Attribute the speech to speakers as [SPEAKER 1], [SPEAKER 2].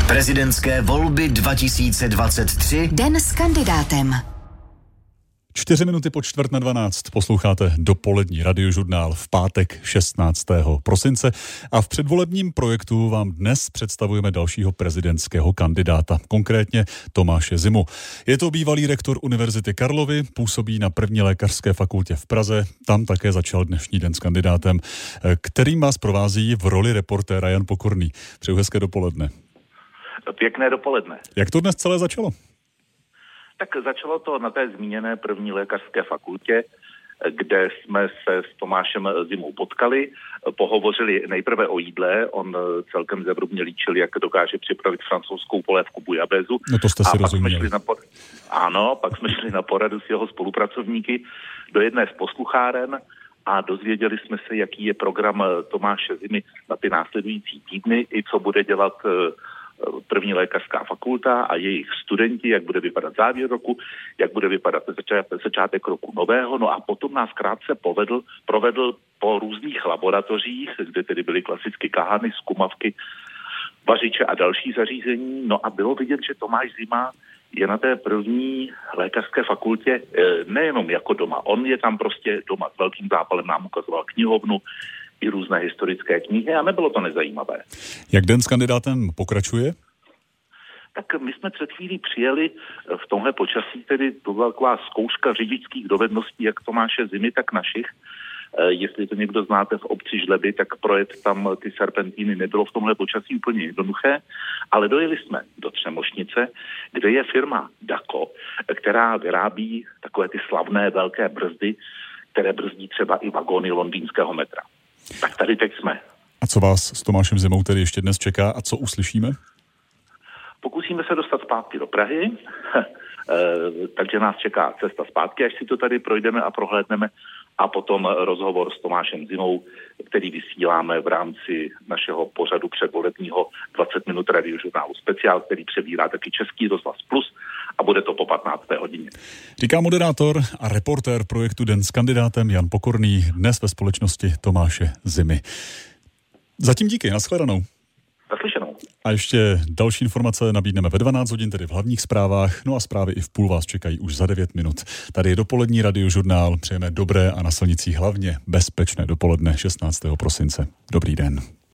[SPEAKER 1] Prezidentské volby 2023.
[SPEAKER 2] Den s kandidátem.
[SPEAKER 3] 4 minuty po 11:45 posloucháte dopolední radiožurnál v pátek 16. prosince a v předvolebním projektu vám dnes představujeme dalšího prezidentského kandidáta, konkrétně Tomáše Zimu. Je to bývalý rektor Univerzity Karlovy, působí na první lékařské fakultě v Praze, tam také začal dnešní den s kandidátem, kterým vás provází v roli reportéra Jan Pokorný. Přeju hezké dopoledne.
[SPEAKER 4] Pěkné dopoledne.
[SPEAKER 3] Jak to dnes celé začalo?
[SPEAKER 4] Tak začalo to na té zmíněné první lékařské fakultě, kde jsme se s Tomášem Zimou potkali, pohovořili nejprve o jídle, on celkem zevrubně líčil, jak dokáže připravit francouzskou polévku bouillabaisse.
[SPEAKER 3] No to jste si rozuměli.
[SPEAKER 4] Pak jsme šli na poradu s jeho spolupracovníky do jedné z poslucháren a dozvěděli jsme se, jaký je program Tomáše Zimy na ty následující týdny i co bude dělat první lékařská fakulta a jejich studenti, jak bude vypadat závěr roku, jak bude vypadat začátek roku nového. No a potom nás krátce provedl po různých laboratořích, kde tedy byly klasicky kahany, zkumavky, vařiče a další zařízení. No a bylo vidět, že Tomáš Zima je na té první lékařské fakultě nejenom jako doma. On je tam prostě doma s velkým zápalem, nám ukazoval knihovnu, i různé historické knihy a nebylo to nezajímavé.
[SPEAKER 3] Jak den s kandidátem pokračuje?
[SPEAKER 4] Tak my jsme před chvílí přijeli v tomhle počasí, tedy to byla taková zkouška řidičských dovedností, jak Tomáše Zimy, tak našich. Jestli to někdo znáte v obci Žleby, tak projet tam ty serpentíny nebylo v tomhle počasí úplně jednoduché, ale dojeli jsme do Třemošnice, kde je firma Dako, která vyrábí takové ty slavné velké brzdy, které brzdí třeba i vagóny londýnského metra. Tak tady teď jsme.
[SPEAKER 3] A co vás s Tomášem Zimou tedy ještě dnes čeká a co uslyšíme?
[SPEAKER 4] Pokusíme se dostat zpátky do Prahy, takže nás čeká cesta zpátky, až si to tady projdeme a prohlédneme a potom rozhovor s Tomášem Zimou, který vysíláme v rámci našeho pořadu předvolebního 20 minut radiožurnálu Speciál, který přebírá taky Český rozhlas Plus a bude to po 15. hodině.
[SPEAKER 3] Říká moderátor a reportér projektu Den s kandidátem Jan Pokorný, dnes ve společnosti Tomáše Zimy. Zatím díky, nashledanou.
[SPEAKER 4] Naslyšenou.
[SPEAKER 3] A ještě další informace nabídneme ve 12 hodin, tedy v hlavních zprávách, no a zprávy i v půl vás čekají už za 9 minut. Tady je dopolední radiožurnál, přejeme dobré a na silnicích hlavně bezpečné dopoledne 16. prosince. Dobrý den.